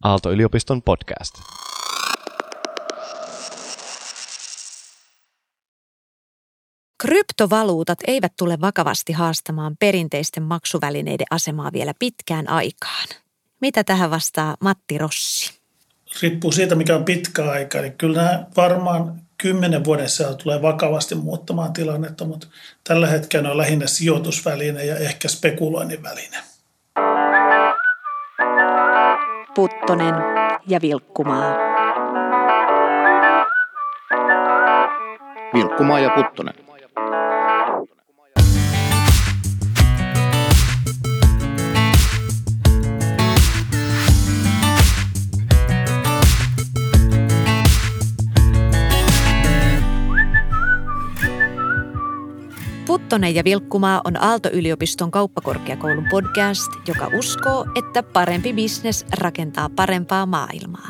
Aalto-yliopiston podcast. Kryptovaluutat eivät tule vakavasti haastamaan perinteisten maksuvälineiden asemaa vielä pitkään aikaan. Mitä tähän vastaa Matti Rossi? Riippuu siitä, mikä on pitkä aika. Eli kyllä nämä varmaan 10 vuoden sisään tulee vakavasti muuttamaan tilannetta, mutta tällä hetkellä on lähinnä sijoitusväline ja ehkä spekuloinnin väline. Puttonen ja Vilkkumaa. Vilkkumaa ja Puttonen. Puttonen ja Vilkkumaa on Aalto-yliopiston kauppakorkeakoulun podcast, joka uskoo, että parempi bisnes rakentaa parempaa maailmaa.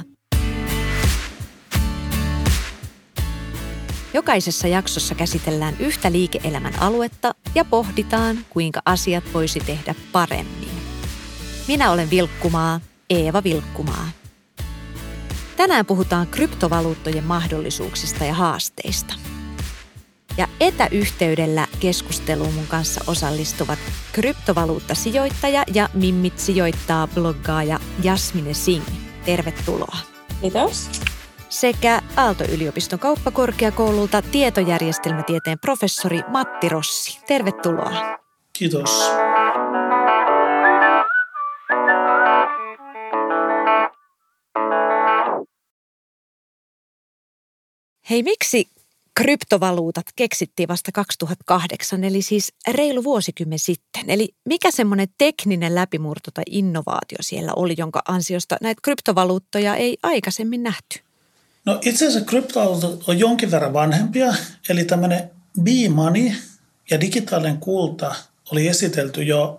Jokaisessa jaksossa käsitellään yhtä liike-elämän aluetta ja pohditaan, kuinka asiat voisi tehdä paremmin. Minä olen Vilkkumaa, Eeva Vilkkumaa. Tänään puhutaan kryptovaluuttojen mahdollisuuksista ja haasteista. Ja etäyhteydellä keskusteluun mun kanssa osallistuvat kryptovaluuttasijoittaja ja Mimmit sijoittaa bloggaaja Jasmine Singh. Tervetuloa. Kiitos. Sekä Aalto-yliopiston kauppakorkeakoululta tietojärjestelmätieteen professori Matti Rossi. Tervetuloa. Kiitos. Hei, miksi kryptovaluutat keksittiin vasta 2008, eli siis reilu vuosikymmen sitten? Eli mikä semmoinen tekninen läpimurto tai innovaatio siellä oli, jonka ansiosta näitä kryptovaluuttoja ei aikaisemmin nähty? No itse asiassa kryptovaluutat on jonkin verran vanhempia, eli tämmöinen B-money ja digitaalinen kulta oli esitelty jo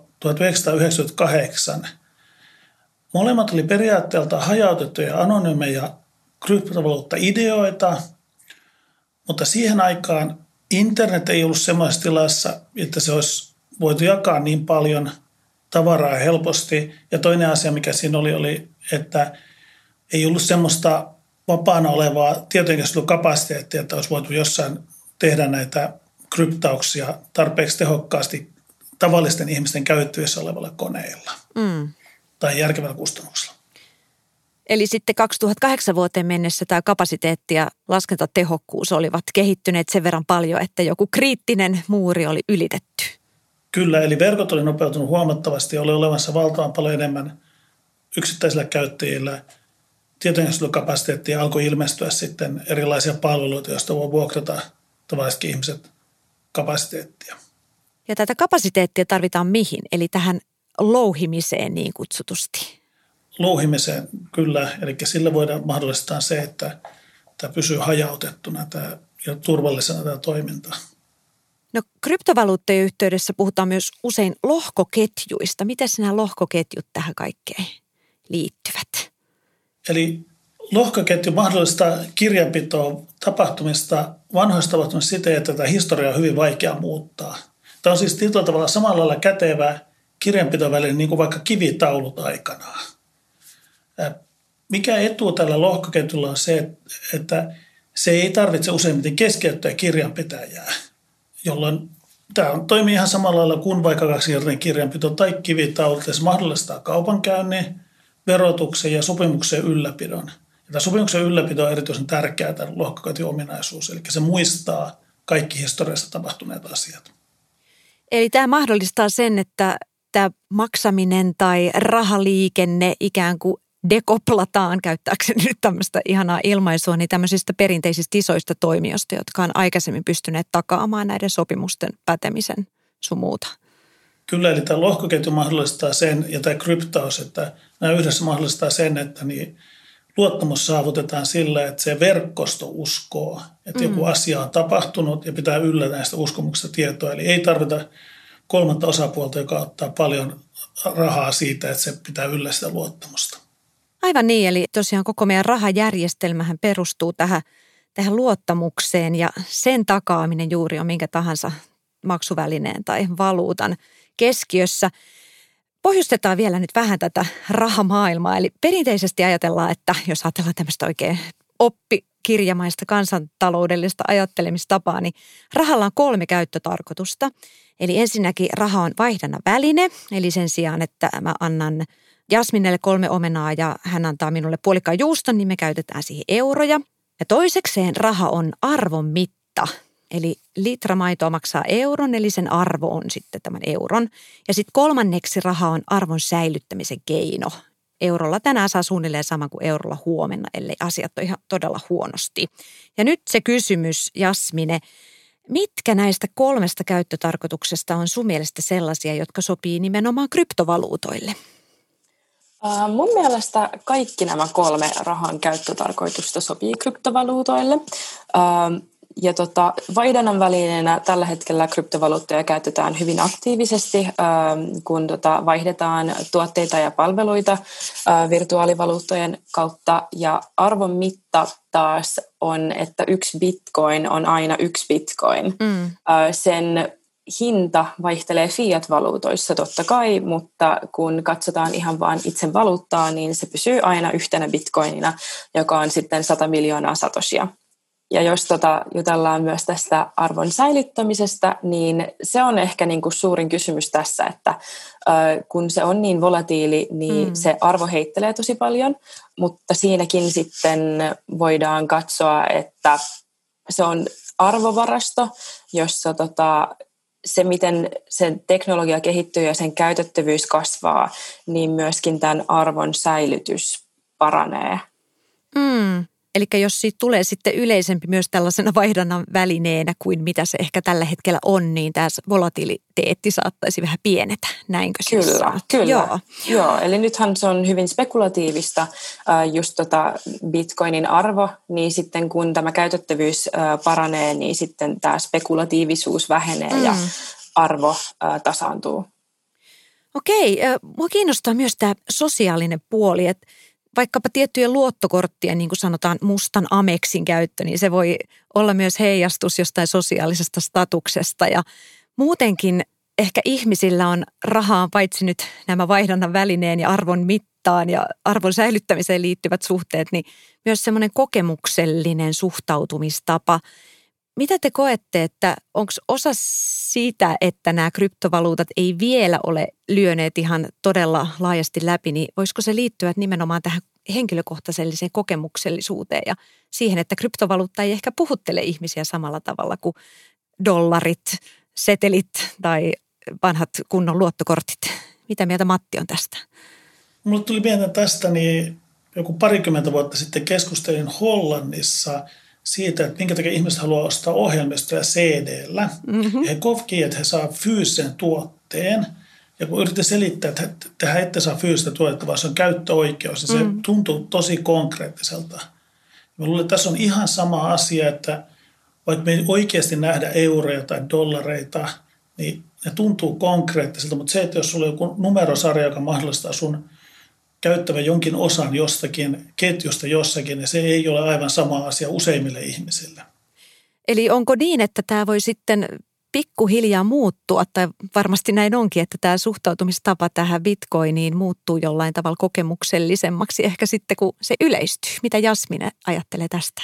1998. Molemmat oli periaatteelta hajautettuja anonyymeja kryptovaluutta-ideoita, mutta siihen aikaan internet ei ollut semmoisessa tilassa, että se olisi voitu jakaa niin paljon tavaraa helposti. Ja toinen asia, mikä siinä oli, että ei ollut semmoista vapaana olevaa tietojenkäsittelykapasiteettia, että olisi voitu jossain tehdä näitä kryptauksia tarpeeksi tehokkaasti tavallisten ihmisten käytettävissä olevalla koneilla tai järkevällä kustannuksella. Eli sitten 2008 vuoteen mennessä tämä kapasiteetti ja laskentatehokkuus olivat kehittyneet sen verran paljon, että joku kriittinen muuri oli ylitetty. Kyllä, eli verkot oli nopeutunut huomattavasti ja oli olemassa valtavan paljon enemmän yksittäisillä käyttäjillä. Tietojenkäsittelykapasiteettia alkoi ilmestyä sitten erilaisia palveluita, joista voi vuokrata tavallisetkin ihmiset kapasiteettia. Ja tätä kapasiteettia tarvitaan mihin? Eli tähän louhimiseen niin kutsutusti. Louhimiseen kyllä, eli sillä voidaan mahdollistaa se, että tämä pysyy hajautettuna ja turvallisena tämä toiminta. No kryptovaluuttojen yhteydessä puhutaan myös usein lohkoketjuista. Miten nämä lohkoketjut tähän kaikkeen liittyvät? Eli lohkoketju mahdollistaa kirjanpitoa tapahtumista, vanhoista tapahtumista siten, että tätä historiaa on hyvin vaikea muuttaa. Tämä on siis tietyllä tavalla samalla lailla kätevä kirjanpitoväline niin kuin vaikka kivitaulut aikanaan. Mikä etu tällä lohkoketjulla on se, että se ei tarvitse useimmiten keskeyttää kirjanpitäjää, jolloin tämä toimii ihan samalla lailla kuin vaikka kaksinkertainen kirjanpito tai kivitaulut. Se mahdollistaa kaupankäynnin, verotuksen ja sopimuksen ylläpidon. Ja tämä sopimuksen ylläpito on erityisen tärkeää, tämä lohkoketjun ominaisuus, eli se muistaa kaikki historiassa tapahtuneet asiat. Eli tämä mahdollistaa sen, että tämä maksaminen tai rahaliikenne ikään kuin dekoplataan, käyttääkseni nyt tämmöistä ihanaa ilmaisua, niin tämmöisistä perinteisistä isoista toimijoista, jotka on aikaisemmin pystyneet takaamaan näiden sopimusten pätemisen sun muuta. Kyllä, eli tämä lohkoketju mahdollistaa sen, ja tämä kryptaus, että nämä yhdessä mahdollistaa sen, että niin luottamus saavutetaan sillä, että se verkosto uskoo, että joku asia on tapahtunut ja pitää yllä näistä uskomuksista tietoa. Eli ei tarvita kolmatta osapuolta, joka ottaa paljon rahaa siitä, että se pitää yllä sitä luottamusta. Aivan niin, eli tosiaan koko meidän rahajärjestelmähän perustuu tähän luottamukseen ja sen takaaminen juuri on minkä tahansa maksuvälineen tai valuutan keskiössä. Pohjustetaan vielä nyt vähän tätä rahamaailmaa. Eli perinteisesti ajatellaan, että jos ajatellaan tämmöistä oikein oppikirjamaista kansantaloudellista ajattelemistapaa, niin rahalla on 3 käyttötarkoitusta. Eli ensinnäkin raha on vaihdannan väline, eli sen sijaan, että mä annan Jasminelle 3 omenaa ja hän antaa minulle puolikkaan juuston, niin me käytetään siihen euroja. Ja toisekseen raha on arvon mitta. Eli litra maitoa maksaa euron, eli sen arvo on sitten tämän euron. Ja sitten kolmanneksi raha on arvon säilyttämisen keino. Eurolla tänään saa suunnilleen sama kuin eurolla huomenna, ellei asiat ole ihan todella huonosti. Ja nyt se kysymys, Jasmine, mitkä näistä 3 käyttötarkoituksesta on sun mielestä sellaisia, jotka sopii nimenomaan kryptovaluutoille? Mun mielestä kaikki nämä 3 rahan käyttötarkoitusta sopii kryptovaluutoille. Ja vaihdannan välineenä tällä hetkellä kryptovaluuttoja käytetään hyvin aktiivisesti, kun vaihdetaan tuotteita ja palveluita virtuaalivaluuttojen kautta. Ja arvon mitta taas on, että 1 bitcoin on aina 1 bitcoin. Sen hinta vaihtelee fiat-valuutoissa totta kai, mutta kun katsotaan ihan vaan itse valuuttaa, niin se pysyy aina yhtenä bitcoinina, joka on sitten 100 miljoonaa satoshia. Ja jos jutellaan myös tästä arvon säilyttämisestä, niin se on ehkä niin kuin suurin kysymys tässä, että kun se on niin volatiili, niin se arvo heittelee tosi paljon, mutta siinäkin sitten voidaan katsoa, että se on arvovarasto, jossa se, miten sen teknologia kehittyy ja sen käytettävyys kasvaa, niin myöskin tämän arvon säilytys paranee. Eli jos siitä tulee sitten yleisempi myös tällaisena vaihdannan välineenä kuin mitä se ehkä tällä hetkellä on, niin tämä volatiliteetti saattaisi vähän pienetä, näinkö siis? Kyllä. Joo, eli nythän se on hyvin spekulatiivista, just bitcoinin arvo, niin sitten kun tämä käytettävyys paranee, niin sitten tämä spekulatiivisuus vähenee ja arvo tasaantuu. Okei, mua kiinnostaa myös tämä sosiaalinen puoli, että vaikkapa tiettyjen luottokorttien, niin kuin sanotaan, mustan Amexin käyttö, niin se voi olla myös heijastus jostain sosiaalisesta statuksesta. Ja muutenkin ehkä ihmisillä on rahaa paitsi nyt nämä vaihdannan välineen ja arvon mittaan ja arvon säilyttämiseen liittyvät suhteet, niin myös semmoinen kokemuksellinen suhtautumistapa. Mitä te koette, että onko osa siitä, että nämä kryptovaluutat ei vielä ole lyöneet ihan todella laajasti läpi, niin voisiko se liittyä nimenomaan tähän henkilökohtaiseen kokemuksellisuuteen ja siihen, että kryptovaluutta ei ehkä puhuttele ihmisiä samalla tavalla kuin dollarit, setelit tai vanhat kunnon luottokortit. Mitä mieltä Matti on tästä? Mulle tuli mieleen tästä, niin joku 20 vuotta sitten keskustelin Hollannissa siitä, että minkä takia ihmiset haluaa ostaa ohjelmistoja CD-llä. He kokivat, että he saa fyysisen tuotteen. Ja kun yritin selittää, että tehän ette saa fyysistä tuotetta, vaan se on käyttöoikeus, niin se tuntuu tosi konkreettiselta. Mä luulen, että tässä on ihan sama asia, että vaikka me ei oikeasti nähdä euroja tai dollareita, niin ne tuntuu konkreettiselta. Mutta se, että jos sulla on joku numerosarja, joka mahdollistaa sun käyttävän jonkin osan jostakin ketjusta jossakin, niin se ei ole aivan sama asia useimmille ihmisille. Eli onko niin, että tämä voi sitten pikkuhiljaa muuttua, tai varmasti näin onkin, että tämä suhtautumistapa tähän bitcoiniin muuttuu jollain tavalla kokemuksellisemmaksi ehkä sitten, kun se yleistyy. Mitä Jasmine ajattelee tästä?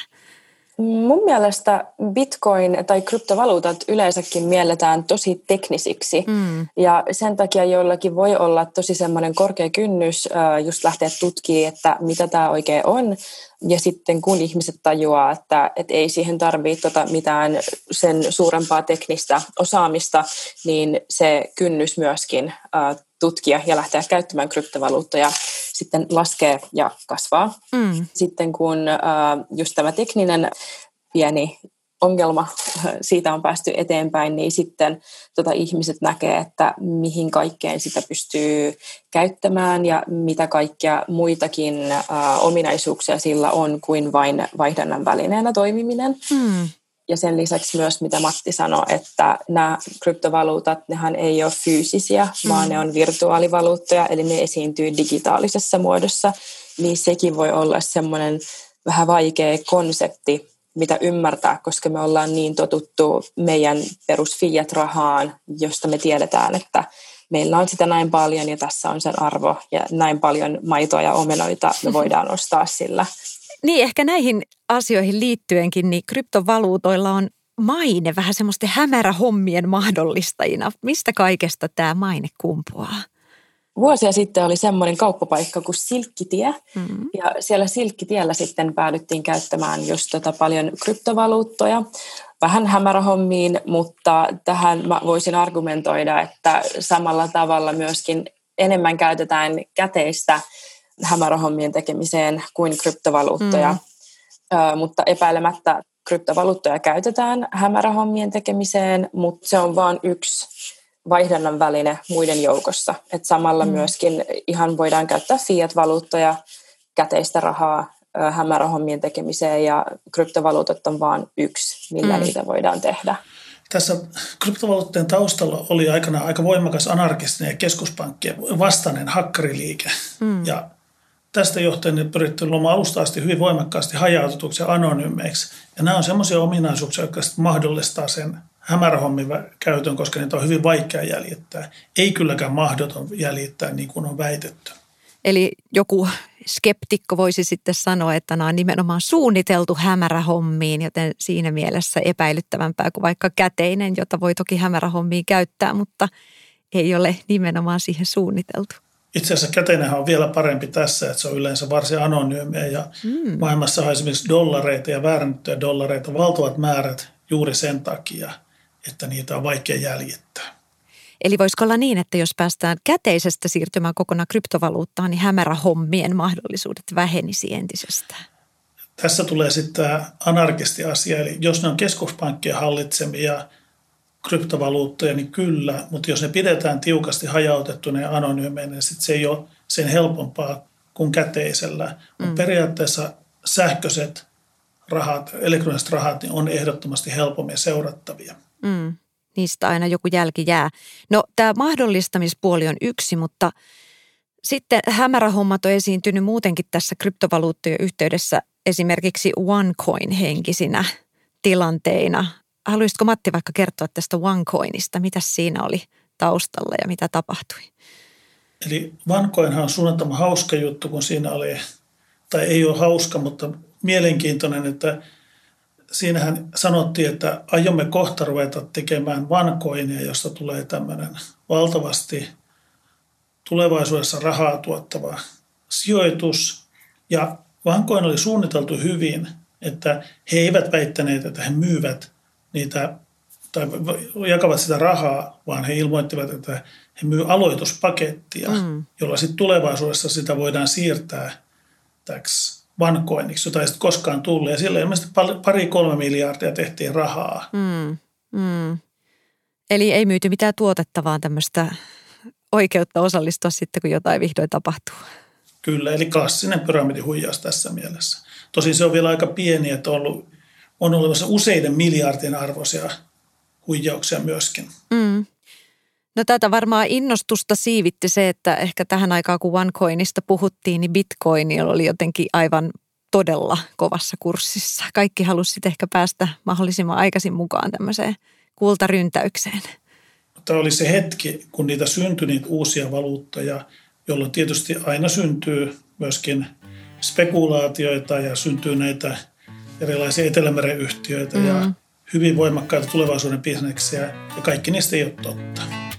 Mun mielestä bitcoin tai kryptovaluutat yleensäkin mielletään tosi teknisiksi ja sen takia joillakin voi olla tosi semmoinen korkea kynnys just lähteä tutkimaan, että mitä tämä oikein on. Ja sitten kun ihmiset tajuaa, että ei siihen tarvitse mitään sen suurempaa teknistä osaamista, niin se kynnys myöskin tutkia ja lähteä käyttämään kryptovaluuttoja sitten laskee ja kasvaa. Sitten kun just tämä tekninen pieni ongelma, siitä on päästy eteenpäin, niin sitten ihmiset näkee, että mihin kaikkeen sitä pystyy käyttämään ja mitä kaikkia muitakin ominaisuuksia sillä on kuin vain vaihdannan välineenä toimiminen. Ja sen lisäksi myös, mitä Matti sanoi, että nämä kryptovaluutat, nehän ei ole fyysisiä, vaan ne on virtuaalivaluuttoja, eli ne esiintyy digitaalisessa muodossa. Niin sekin voi olla semmoinen vähän vaikea konsepti, mitä ymmärtää, koska me ollaan niin totuttu meidän perus fiat-rahaan, josta me tiedetään, että meillä on sitä näin paljon ja tässä on sen arvo ja näin paljon maitoa ja omenoita me voidaan ostaa sillä. Niin, ehkä näihin asioihin liittyenkin, niin kryptovaluutoilla on maine vähän semmoisten hämärähommien mahdollistajina. Mistä kaikesta tämä maine kumpuaa? Vuosia sitten oli semmoinen kauppapaikka kuin Silkkitie, ja siellä Silkkitiellä sitten päädyttiin käyttämään just paljon kryptovaluuttoja, vähän hämärähommiin, mutta tähän mä voisin argumentoida, että samalla tavalla myöskin enemmän käytetään käteistä hämärähommien tekemiseen kuin kryptovaluuttoja, mutta epäilemättä kryptovaluuttoja käytetään hämärähommien tekemiseen, mutta se on vain yksi vaihdannan väline muiden joukossa. Et samalla myöskin ihan voidaan käyttää fiat-valuuttoja, käteistä rahaa hämärähommien tekemiseen ja kryptovaluutot on vain yksi, millä niitä voidaan tehdä. Tässä kryptovaluuttien taustalla oli aikanaan aika voimakas anarkistinen ja keskuspankkien vastainen hakkariliike. Ja tästä johtuen ne pyrittiin luomaan alusta asti hyvin voimakkaasti hajautetuksi ja anonyymeiksi. Ja nämä on semmoisia ominaisuuksia, jotka mahdollistaa sen hämärähommin käytön, koska niitä on hyvin vaikea jäljittää. Ei kylläkään mahdoton jäljittää, niin kuin on väitetty. Eli joku skeptikko voisi sitten sanoa, että nämä on nimenomaan suunniteltu hämärähommiin, joten siinä mielessä epäilyttävämpää kuin vaikka käteinen, jota voi toki hämärähommiin käyttää, mutta ei ole nimenomaan siihen suunniteltu. Itse asiassa käteinenhän on vielä parempi tässä, että se on yleensä varsin anonyymiä ja maailmassa on esimerkiksi dollareita ja väärennettyjä dollareita valtavat määrät juuri sen takia, että niitä on vaikea jäljittää. Eli voisiko olla niin, että jos päästään käteisestä siirtymään kokonaan kryptovaluuttaan, niin hämärähommien mahdollisuudet vähenisi entisestään? Tässä tulee sitten tämä anarkisti-asia, eli jos ne on keskuspankkien hallitsemia kryptovaluuttoja, niin kyllä, mutta jos ne pidetään tiukasti hajautettuna ja anonyymeinä, niin sitten se ei ole sen helpompaa kuin käteisellä. Mutta periaatteessa sähköiset rahat, elektroniset rahat, niin on ehdottomasti helpommin seurattavia. Niistä aina joku jälki jää. No, tämä mahdollistamispuoli on yksi, mutta sitten hämärähommat on esiintynyt muutenkin tässä kryptovaluuttojen yhteydessä esimerkiksi OneCoin-henkisinä tilanteina. Haluaisitko Matti vaikka kertoa tästä OneCoinista? Mitä siinä oli taustalla ja mitä tapahtui? Eli OneCoinhan on suunnattoman hauska juttu, kun siinä oli, tai ei ole hauska, mutta mielenkiintoinen, että siinähän sanottiin, että aiomme kohta ruveta tekemään OneCoinia, josta tulee tämmöinen valtavasti tulevaisuudessa rahaa tuottava sijoitus. Ja OneCoin oli suunniteltu hyvin, että he eivät väittäneet, että he myyvät niitä tai jakavat sitä rahaa, vaan he ilmoittivat, että he myy aloituspakettia, jolla sitten tulevaisuudessa sitä voidaan siirtää täksi OneCoiniksi, jota ei sitten koskaan tullut. Ja sillä ilmeisesti 2-3 miljardia tehtiin rahaa. Eli ei myyty mitään tuotetta, vaan tämmöistä oikeutta osallistua sitten, kun jotain vihdoin tapahtuu. Kyllä, eli klassinen pyramidihuijaus tässä mielessä. Tosin se on vielä aika pieni, että on olemassa useiden miljardien arvoisia huijauksia myöskin. No tätä varmaan innostusta siivitti se, että ehkä tähän aikaan kun OneCoinista puhuttiin, niin Bitcoin oli jotenkin aivan todella kovassa kurssissa. Kaikki halusivat ehkä päästä mahdollisimman aikaisin mukaan tämmöiseen kultaryntäykseen. Tämä oli se hetki, kun niitä syntyi niitä uusia valuuttoja, jolloin tietysti aina syntyy myöskin spekulaatioita ja syntyy näitä erilaisia Etelämeren yhtiöitä ja hyvin voimakkaita tulevaisuuden bisneksiä, ja kaikki niistä ei ole totta.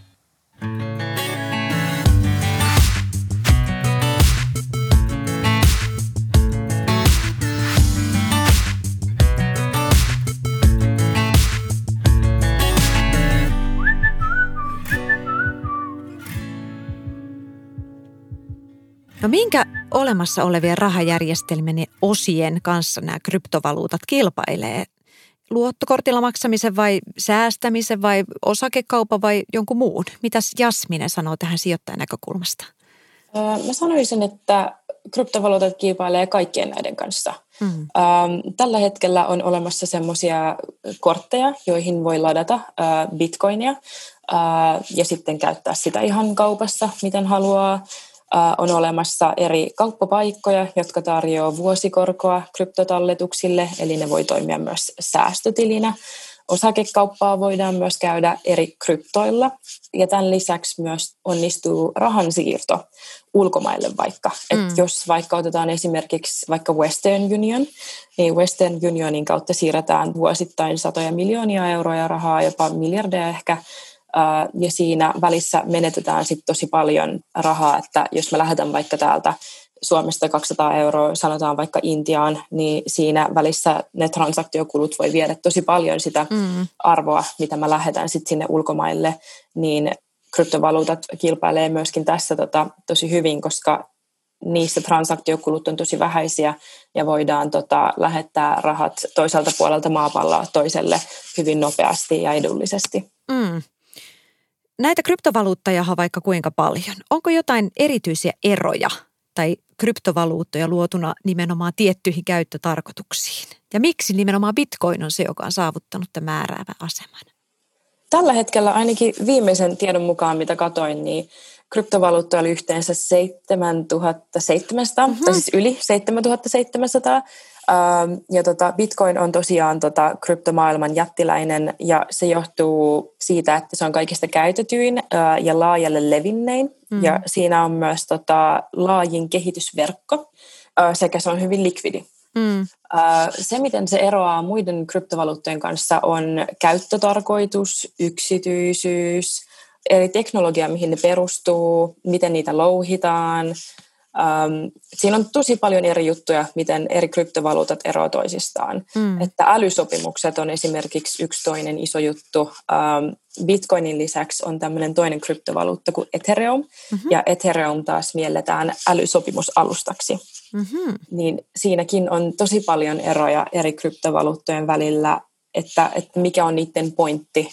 No minkä olemassa olevien rahajärjestelmien osien kanssa nämä kryptovaluutat kilpailee? Luottokortilla maksamisen vai säästämisen vai osakekaupan vai jonkun muun? Mitäs Jasmine sanoo tähän sijoittajan näkökulmasta? Mä sanoisin, että kryptovaluutat kilpailee kaikkien näiden kanssa. Tällä hetkellä on olemassa semmoisia kortteja, joihin voi ladata bitcoinia ja sitten käyttää sitä ihan kaupassa, miten haluaa. On olemassa eri kauppapaikkoja, jotka tarjoaa vuosikorkoa kryptotalletuksille, eli ne voi toimia myös säästötilinä. Osakekauppaa voidaan myös käydä eri kryptoilla ja tämän lisäksi myös onnistuu rahansiirto ulkomaille vaikka. Että jos vaikka otetaan esimerkiksi vaikka Western Union, niin Western Unionin kautta siirretään vuosittain satoja miljoonia euroja rahaa, jopa miljardeja ehkä, ja siinä välissä menetetään sitten tosi paljon rahaa, että jos mä lähetän vaikka täältä Suomesta 200 euroa, sanotaan vaikka Intiaan, niin siinä välissä ne transaktiokulut voi viedä tosi paljon sitä arvoa, mitä mä lähetän sitten sinne ulkomaille, niin kryptovaluutat kilpailee myöskin tässä tosi hyvin, koska niissä transaktiokulut on tosi vähäisiä ja voidaan lähettää rahat toiselta puolelta maapalloa toiselle hyvin nopeasti ja edullisesti. Näitä kryptovaluuttoja on vaikka kuinka paljon. Onko jotain erityisiä eroja tai kryptovaluuttoja luotuna nimenomaan tiettyihin käyttötarkoituksiin? Ja miksi nimenomaan Bitcoin on se, joka on saavuttanut tämän määräävän aseman? Tällä hetkellä ainakin viimeisen tiedon mukaan, mitä katoin, niin kryptovaluuttoja oli yhteensä 7700, tai siis yli 7700. Ja Bitcoin on tosiaan kryptomaailman jättiläinen ja se johtuu siitä, että se on kaikista käytetyin ja laajalle levinnein. Ja siinä on myös laajin kehitysverkko sekä se on hyvin likvidi. Se, miten se eroaa muiden kryptovaluuttojen kanssa, on käyttötarkoitus, yksityisyys, eri teknologia, mihin ne perustuu, miten niitä louhitaan. Siinä on tosi paljon eri juttuja, miten eri kryptovaluutat eroavat toisistaan. Että älysopimukset on esimerkiksi yksi toinen iso juttu. Bitcoinin lisäksi on tämmöinen toinen kryptovaluutta kuin Ethereum, ja Ethereum taas mielletään älysopimusalustaksi. Niin siinäkin on tosi paljon eroja eri kryptovaluuttojen välillä, että mikä on niiden pointti,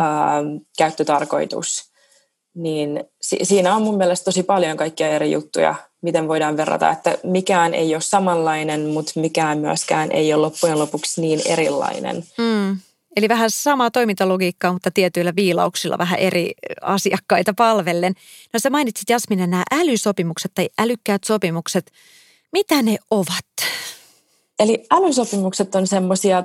käyttötarkoitus. Niin siinä on mun mielestä tosi paljon kaikkia eri juttuja, miten voidaan verrata, että mikään ei ole samanlainen, mutta mikään myöskään ei ole loppujen lopuksi niin erilainen. Eli vähän samaa toimintalogiikkaa, mutta tietyillä viilauksilla vähän eri asiakkaita palvellen. No sä mainitsit Jasmine nämä älysopimukset tai älykkäät sopimukset. Mitä ne ovat? Eli älysopimukset on semmoisia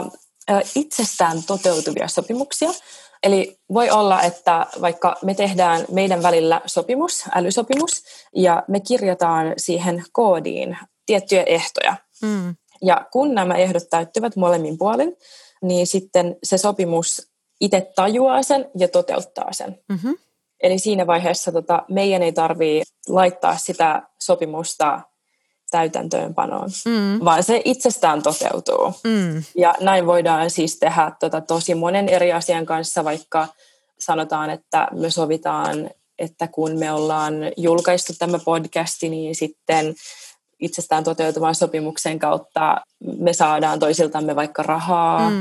itsestään toteutuvia sopimuksia. Eli voi olla, että vaikka me tehdään meidän välillä sopimus, älysopimus, ja me kirjataan siihen koodiin tiettyjä ehtoja. Ja kun nämä ehdot täyttyvät molemmin puolin, niin sitten se sopimus itse tajuaa sen ja toteuttaa sen. Eli siinä vaiheessa meidän ei tarvitse laittaa sitä sopimusta täytäntöönpanoon, vaan se itsestään toteutuu. Ja näin voidaan siis tehdä tosi monen eri asian kanssa, vaikka sanotaan, että me sovitaan, että kun me ollaan julkaistu tämä podcasti, niin sitten itsestään toteutuvan sopimuksen kautta me saadaan toisiltamme vaikka rahaa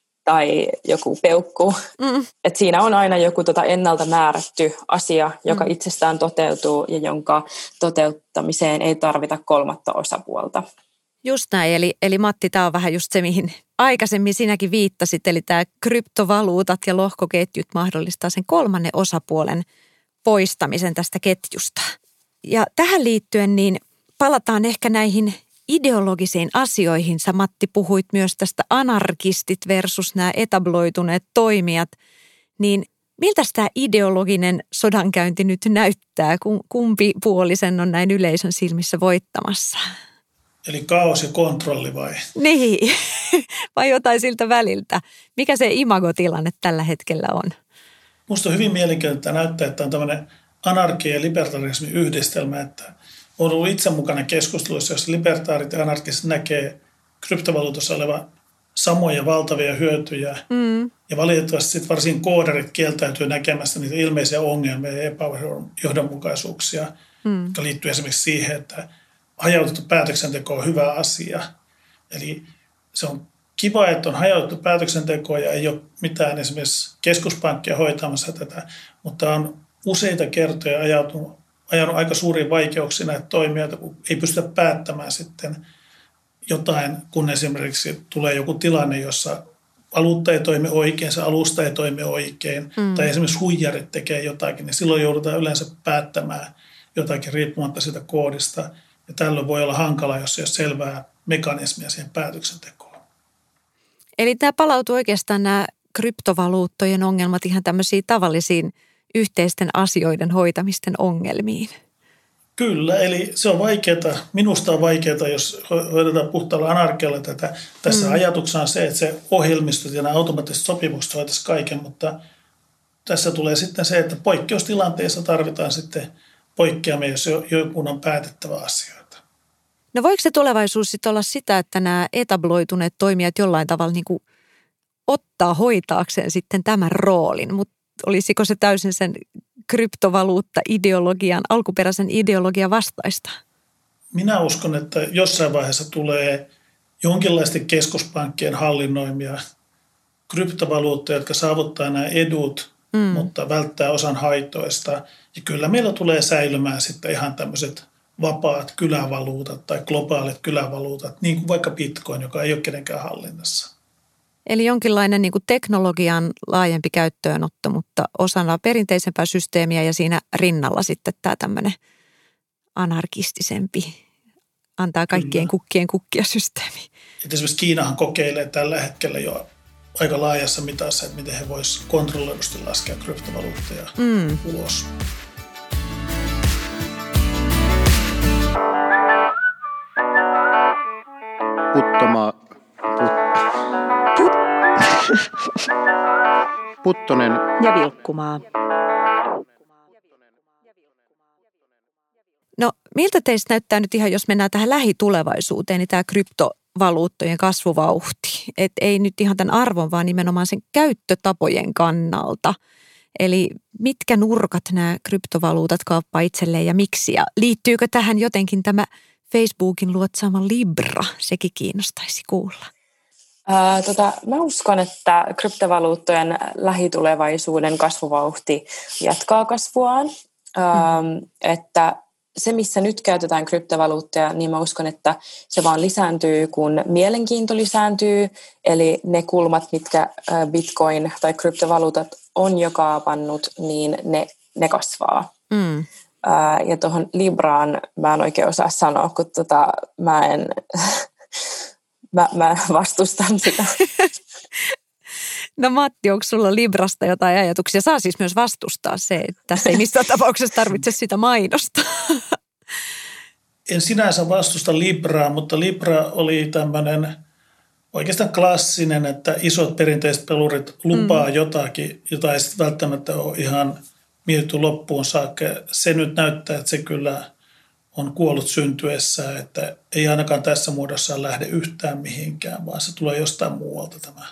tai joku peukku. Et siinä on aina joku ennalta määrätty asia, joka itsestään toteutuu ja jonka toteuttamiseen ei tarvita kolmatta osapuolta. Just näin, eli Matti, tämä on vähän just se, mihin aikaisemmin sinäkin viittasit, eli tämä kryptovaluutat ja lohkoketjut mahdollistaa sen kolmannen osapuolen poistamisen tästä ketjusta. Ja tähän liittyen niin palataan ehkä näihin ideologisiin asioihin. Sä, Matti, puhuit myös tästä anarkistit versus nämä etabloituneet toimijat. Niin miltä tämä ideologinen sodankäynti nyt näyttää? Kumpi puolisen on näin yleisön silmissä voittamassa? Eli kaos ja kontrolli vai? Niin, vai jotain siltä väliltä. Mikä se imagotilanne tällä hetkellä on? Musta on hyvin mielenkiintoista näyttää, että on tämmöinen anarkia ja libertarismin yhdistelmä, että olen ollut itse mukana keskusteluissa, jossa libertaarit ja anarkistit näkee kryptovaluutassa olevan samoja valtavia hyötyjä. Ja valitettavasti sitten varsin koodarit kieltäytyy näkemästä niitä ilmeisiä ongelmia ja epäjohdonmukaisuuksia, jotka liittyy esimerkiksi siihen, että hajautettu päätöksenteko on hyvä asia. Eli se on kiva, että on hajautettu päätöksenteko ja ei ole mitään esimerkiksi keskuspankkia hoitamassa tätä, mutta on useita kertoja ajanut aika suuriin vaikeuksiin näitä toimijoita, kun ei pystytä päättämään sitten jotain, kun esimerkiksi tulee joku tilanne, jossa valuutta ei toimi oikein, se alusta ei toimi oikein, tai esimerkiksi huijarit tekee jotakin, niin silloin joudutaan yleensä päättämään jotakin riippumatta siitä koodista. Ja tällöin voi olla hankala, jos ei ole selvää mekanismia siihen päätöksentekoon. Eli tämä palautuu oikeastaan nämä kryptovaluuttojen ongelmat ihan tämmöisiin tavallisiin yhteisten asioiden hoitamisten ongelmiin. Kyllä, eli se on vaikeaa. Minusta on vaikeaa, jos hoidetaan puhtaalla anarkialla tätä. Tässä ajatuksena on se, että se ohjelmistot ja nämä automaattiset sopimukset hoitaisi kaiken, mutta tässä tulee sitten se, että poikkeustilanteessa tarvitaan sitten poikkeamia, jos jonkun on päätettävä asioita. No voiko se tulevaisuus sitten olla sitä, että nämä etabloituneet toimijat jollain tavalla niin kuin ottaa hoitaakseen sitten tämän roolin, mutta olisiko se täysin sen kryptovaluutta-ideologian, alkuperäisen ideologian vastaista? Minä uskon, että jossain vaiheessa tulee jonkinlaisten keskuspankkien hallinnoimia kryptovaluuttoja, jotka saavuttaa nämä edut, mutta välttää osan haitoista. Ja kyllä meillä tulee säilymään sitten ihan tämmöiset vapaat kylävaluutat tai globaalit kylävaluutat, niin kuin vaikka Bitcoin, joka ei ole kenenkään hallinnassa. Eli jonkinlainen niin kuin teknologian laajempi käyttöönotto, mutta osana perinteisempää systeemiä ja siinä rinnalla sitten tämä tämmöinen anarkistisempi, antaa kaikkien kukkien kukkia systeemi. Esimerkiksi Kiinahan kokeilee tällä hetkellä jo aika laajassa mitassa, että miten he voisivat kontrolloidusti laskea kryptovaluutteja ulos. Puttonen ja Vilkkumaa. No miltä teistä näyttää nyt ihan, jos mennään tähän lähitulevaisuuteen, niin tämä kryptovaluuttojen kasvuvauhti. Että ei nyt ihan tämän arvon, vaan nimenomaan sen käyttötapojen kannalta. Eli mitkä nurkat nämä kryptovaluutat kauppaa itselleen ja miksi? Ja liittyykö tähän jotenkin tämä Facebookin luotsaama Libra? Sekin kiinnostaisi kuulla. Mä uskon, että kryptovaluuttojen lähitulevaisuuden kasvuvauhti jatkaa kasvuaan. Että se, missä nyt käytetään kryptovaluuttoja, niin mä uskon, että se vaan lisääntyy, kun mielenkiinto lisääntyy. Eli ne kulmat, mitkä Bitcoin tai kryptovaluutat on jo kaapannut, niin ne kasvaa. Ja tuohon Libraan mä en oikein osaa sanoa, kun mä vastustan sitä. No Matti, onko sulla Librasta jotain ajatuksia? Saa siis myös vastustaa se, että tässä ei missään tapauksessa tarvitse sitä mainostaa. En sinänsä vastusta Libraa, mutta Libra oli tämmöinen oikeastaan klassinen, että isot perinteiset pelurit lupaa jotakin, jota ei sitten välttämättä ole ihan mietitty loppuun saakka. Se nyt näyttää, että se kyllä on kuollut syntyessään, että ei ainakaan tässä muodossaan lähde yhtään mihinkään, vaan se tulee jostain muualta tämä.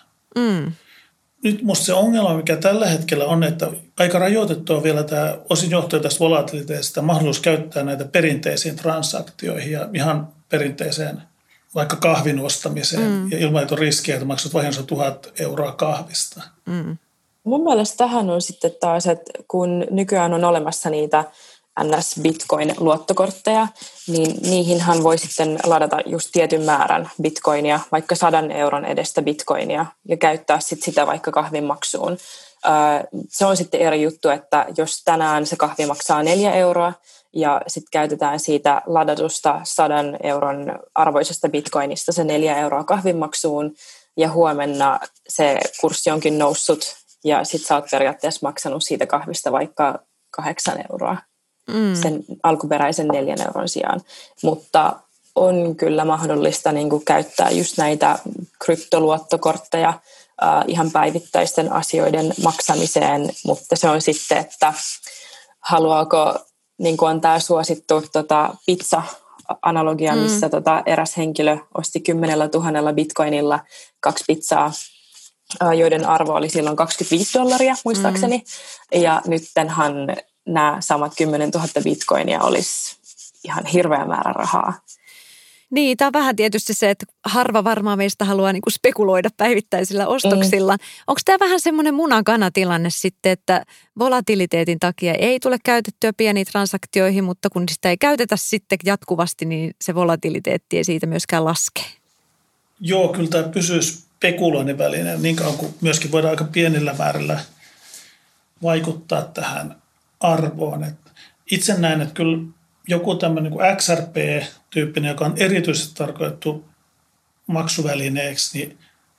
Nyt musta se ongelma, mikä tällä hetkellä on, että aika rajoitettua vielä tämä osin johtuu tästä volatiliteetista mahdollisuus käyttää näitä perinteisiin transaktioihin ja ihan perinteiseen vaikka kahvin ostamiseen ja ilman, että on riskiä, että maksat vahingossa 1 000 euroa kahvista. Mun mielestä tähän on sitten taas, että kun nykyään on olemassa niitä NS-Bitcoin-luottokortteja, niin niihinhän voi sitten ladata just tietyn määrän bitcoinia, vaikka 100 euron edestä bitcoinia, ja käyttää sitten sitä vaikka kahvinmaksuun. Se on sitten eri juttu, että jos tänään se kahvi maksaa 4 euroa, ja sitten käytetään siitä ladatusta 100 euron arvoisesta bitcoinista se 4 euroa kahvinmaksuun, ja huomenna se kurssi onkin noussut, ja sitten sä oot periaatteessa maksanut siitä kahvista vaikka 8 euroa. Sen alkuperäisen 4 euron sijaan. Mutta on kyllä mahdollista niin kuin käyttää just näitä kryptoluottokortteja ihan päivittäisten asioiden maksamiseen, mutta se on sitten, että haluaako, niin kuin on tämä suosittu pizza-analogia, missä eräs henkilö osti 10 000 bitcoinilla 2 pizzaa, joiden arvo oli silloin $25 muistaakseni, ja nyttenhän nämä samat 10 000 bitcoinia olisi ihan hirveä määrä rahaa. Niin, tämä on vähän tietysti se, että harva varmaan meistä haluaa niin kuin spekuloida päivittäisillä ostoksilla. Onko tämä vähän semmoinen munan-kana-tilanne sitten, että volatiliteetin takia ei tule käytettyä pieniin transaktioihin, mutta kun sitä ei käytetä sitten jatkuvasti, niin se volatiliteetti ei siitä myöskään laske? Joo, kyllä tämä pysyy spekuloinnin välineen niin kauan kuin myöskin voidaan aika pienillä määrillä vaikuttaa tähän arvoon. Itse näen, että kyllä joku tämmöinen niin XRP-tyyppinen, joka on erityisesti tarkoitettu maksuvälineeksi, niin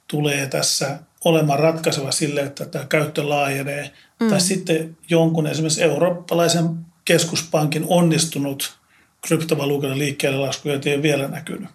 tulee tässä olemaan ratkaiseva sille, että tämä käyttö laajenee. Tai sitten jonkun esimerkiksi eurooppalaisen keskuspankin onnistunut kryptovaluutan liikkeelle lasku, jota ei ole vielä näkynyt.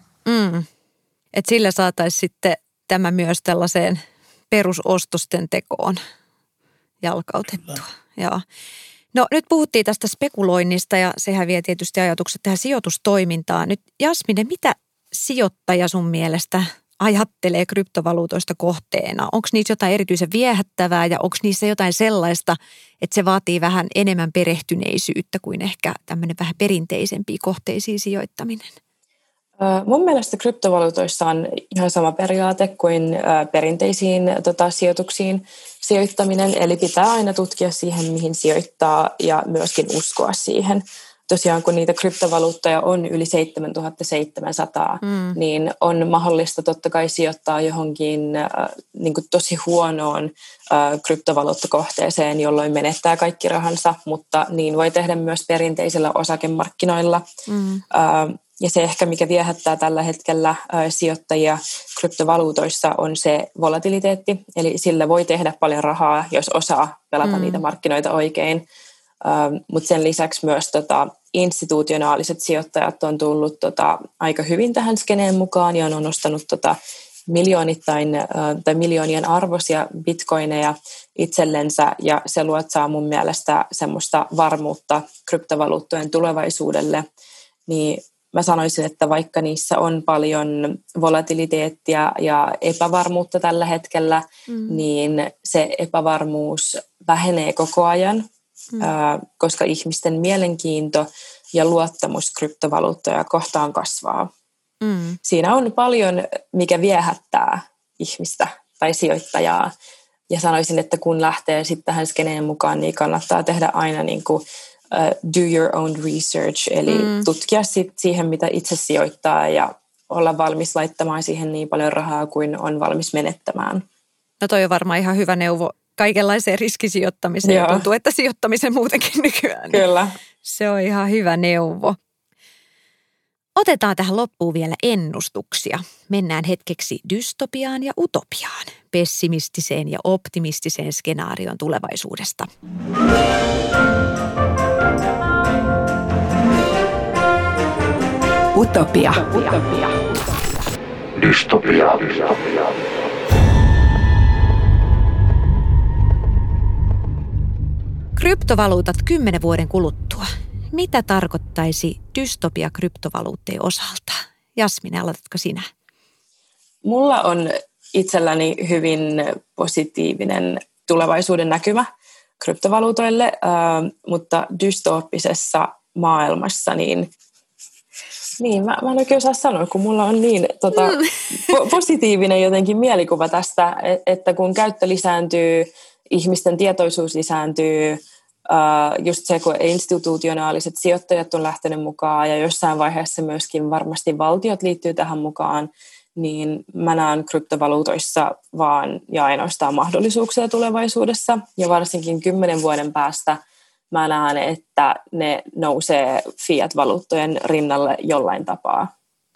Et sillä saataisiin sitten tämä myös tällaiseen perusostosten tekoon jalkautettua. Joo. No nyt puhuttiin tästä spekuloinnista ja sehän vie tietysti ajatukset tähän sijoitustoimintaan. Nyt Jasmine, mitä sijoittaja sun mielestä ajattelee kryptovaluutoista kohteena? Onko niissä jotain erityisen viehättävää ja onko niissä jotain sellaista, että se vaatii vähän enemmän perehtyneisyyttä kuin ehkä tämmöinen vähän perinteisempiä kohteisiin sijoittaminen? Mun mielestä kryptovaluutoissa on ihan sama periaate kuin perinteisiin sijoituksiin sijoittaminen, eli pitää aina tutkia siihen, mihin sijoittaa ja myöskin uskoa siihen. Tosiaan kun niitä kryptovaluuttoja on yli 7700, niin on mahdollista totta kai sijoittaa johonkin niin kuin tosi huonoon kryptovaluuttakohteeseen, jolloin menettää kaikki rahansa, mutta niin voi tehdä myös perinteisillä osakemarkkinoilla. Ja se ehkä, mikä viehättää tällä hetkellä sijoittajia kryptovaluutoissa, on se volatiliteetti. Eli sillä voi tehdä paljon rahaa, jos osaa pelata niitä markkinoita oikein. Mutta sen lisäksi myös institutionaaliset sijoittajat on tullut aika hyvin tähän skeneen mukaan ja on nostanut miljoonittain tai miljoonien arvoisia bitcoineja itsellensä, ja se luotsaa mun mielestä semmoista varmuutta kryptovaluuttojen tulevaisuudelle. Niin mä sanoisin, että vaikka niissä on paljon volatiliteettia ja epävarmuutta tällä hetkellä, niin se epävarmuus vähenee koko ajan, koska ihmisten mielenkiinto ja luottamus kryptovaluuttoja kohtaan kasvaa. Siinä on paljon, mikä viehättää ihmistä tai sijoittajaa. Ja sanoisin, että kun lähtee sitten tähän skeneen mukaan, niin kannattaa tehdä aina niin kuin do your own research, eli tutkia siihen, mitä itse sijoittaa ja olla valmis laittamaan siihen niin paljon rahaa kuin on valmis menettämään. No toi on varmaan ihan hyvä neuvo kaikenlaiseen riskisijoittamiseen. Joo. Tuntuu, että sijoittamisen muutenkin nykyään. Kyllä. Se on ihan hyvä neuvo. Otetaan tähän loppuun vielä ennustuksia. Mennään hetkeksi dystopiaan ja utopiaan, pessimistiseen ja optimistiseen skenaarioon tulevaisuudesta. Utopia. Dystopia. Kryptovaluutat 10 vuoden kuluttua. Mitä tarkoittaisi dystopia kryptovaluuttien osalta? Jasmine, aloitatko sinä? Mulla on itselläni hyvin positiivinen tulevaisuuden näkymä kryptovaluutoille, mutta dystooppisessa maailmassa niin mä en oikein osaa sanoa, kun mulla on niin positiivinen jotenkin mielikuva tästä, että kun käyttö lisääntyy, ihmisten tietoisuus lisääntyy, just se, kun institutionaaliset sijoittajat on lähtenyt mukaan ja jossain vaiheessa myöskin varmasti valtiot liittyy tähän mukaan, niin mä näen kryptovaluutoissa vaan ja ainoastaan mahdollisuuksia tulevaisuudessa. Ja varsinkin 10 vuoden päästä mä näen, että ne nousee fiat-valuuttojen rinnalle jollain tapaa.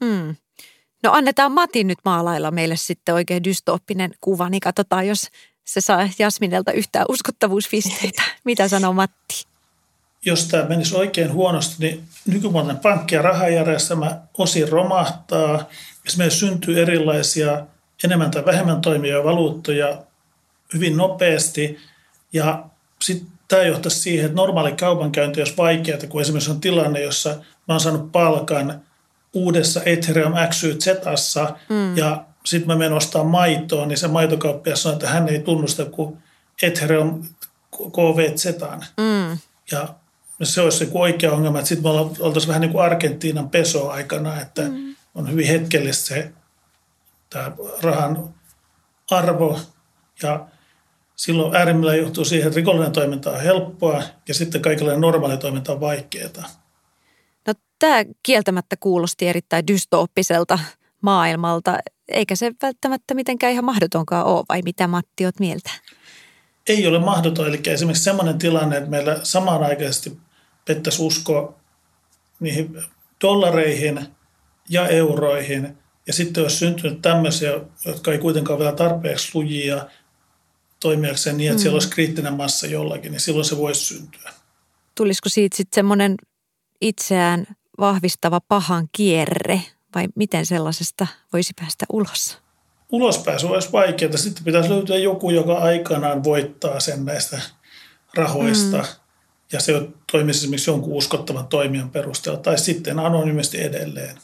No annetaan Matin nyt maalailla meille sitten oikein dystooppinen kuva, niin katsotaan, jos se saa Jasminelta yhtään uskottavuuspisteitä. Mitä sanoo Matti? Jos tämä menisi oikein huonosti, niin nykymuotoinen pankki- ja rahajärjestelmä osin romahtaa. Jos meillä syntyy erilaisia enemmän tai vähemmän toimivia valuuttoja hyvin nopeasti. Ja sitten tämä johtaisi siihen, että normaali kaupankäynti olisi vaikeaa, kun esimerkiksi on tilanne, jossa mä oon saanut palkan uudessa Ethereum XYZ:ssä ja sitten mä menen ostaa maitoa, niin se maitokauppias sanoo, että hän ei tunnusta kuin Ethereum KVZ:n. Ja se olisi se oikea ongelma, että sitten me oltaisiin vähän niin kuin Argentiinan peso aikana, että on hyvin hetkellistä se tämä rahan arvo ja silloin äärimmillään johtuu siihen, että rikollinen toiminta on helppoa ja sitten kaikenlainen normaali toiminta on vaikeaa. No tämä kieltämättä kuulosti erittäin dystooppiselta maailmalta, eikä se välttämättä mitenkään ihan mahdotonkaan ole, vai mitä Matti oot mieltä? Ei ole mahdoton, eli esimerkiksi sellainen tilanne, että meillä samanaikaisesti pettäisi usko niihin dollareihin ja euroihin Ja sitten jos syntynyt tämmöisiä, jotka ei kuitenkaan vielä tarpeeksi lujia toimijakseen niin, että siellä olisi kriittinen massa jollakin, niin silloin se voisi syntyä. Tulisiko siitä sitten semmoinen itseään vahvistava pahan kierre vai miten sellaisesta voisi päästä ulos? Ulospääsy olisi vaikeaa. Sitten pitäisi löytyä joku, joka aikanaan voittaa sen näistä rahoista ja se toimisi esimerkiksi jonkun uskottavan toimijan perusteella tai sitten anonyymisti edelleen.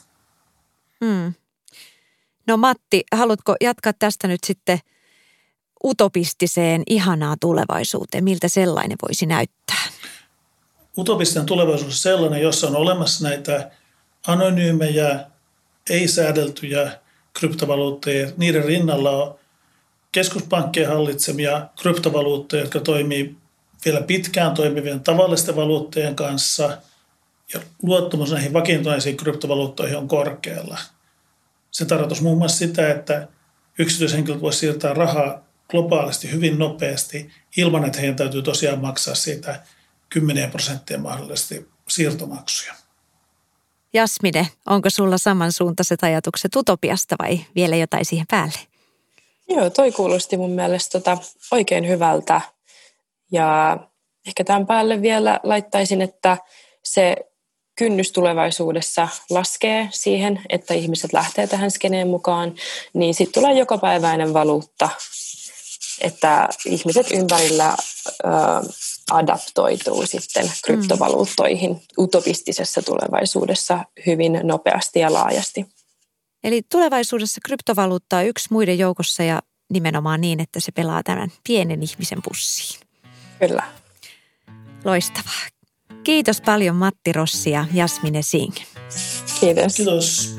No Matti, haluatko jatkaa tästä nyt sitten utopistiseen ihanaa tulevaisuuteen? Miltä sellainen voisi näyttää? Utopistinen tulevaisuus on sellainen, jossa on olemassa näitä anonyymejä, ei-säädeltyjä kryptovaluuttoja. Niiden rinnalla on keskuspankkien hallitsemia kryptovaluuttoja, jotka toimii vielä pitkään toimivien tavallisten valuuttojen kanssa. Ja luottamus näihin vakiintuneisiin kryptovaluuttoihin on korkealla. Se tarkoitus muun muassa sitä, että yksityishenkilöt voisivat siirtää rahaa globaalisti hyvin nopeasti ilman, että heidän täytyy tosiaan maksaa siitä 10% mahdollisesti siirtomaksuja. Jasmine, onko sulla samansuuntaiset ajatukset utopiasta vai vielä jotain siihen päälle? Joo, toi kuulosti mun mielestä oikein hyvältä. Ja ehkä tämän päälle vielä laittaisin, että se kynnys tulevaisuudessa laskee siihen, että ihmiset lähtee tähän skeneen mukaan, niin sitten tulee jokapäiväinen valuutta, että ihmiset ympärillä adaptoituu sitten kryptovaluuttoihin utopistisessa tulevaisuudessa hyvin nopeasti ja laajasti. Eli tulevaisuudessa kryptovaluutta on yksi muiden joukossa ja nimenomaan niin, että se pelaa tämän pienen ihmisen pussiin. Kyllä. Loistavaa. Kiitos paljon Matti Rossi ja Jasmine Singh. Kiitos. Kiitos.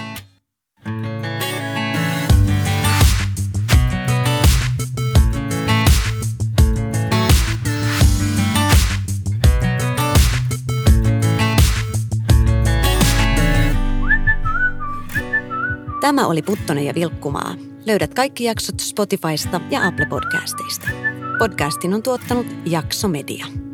Tämä oli Puttonen ja Vilkkumaa. Löydät kaikki jaksot Spotifysta ja Apple Podcasteista. Podcastin on tuottanut Jakso Media.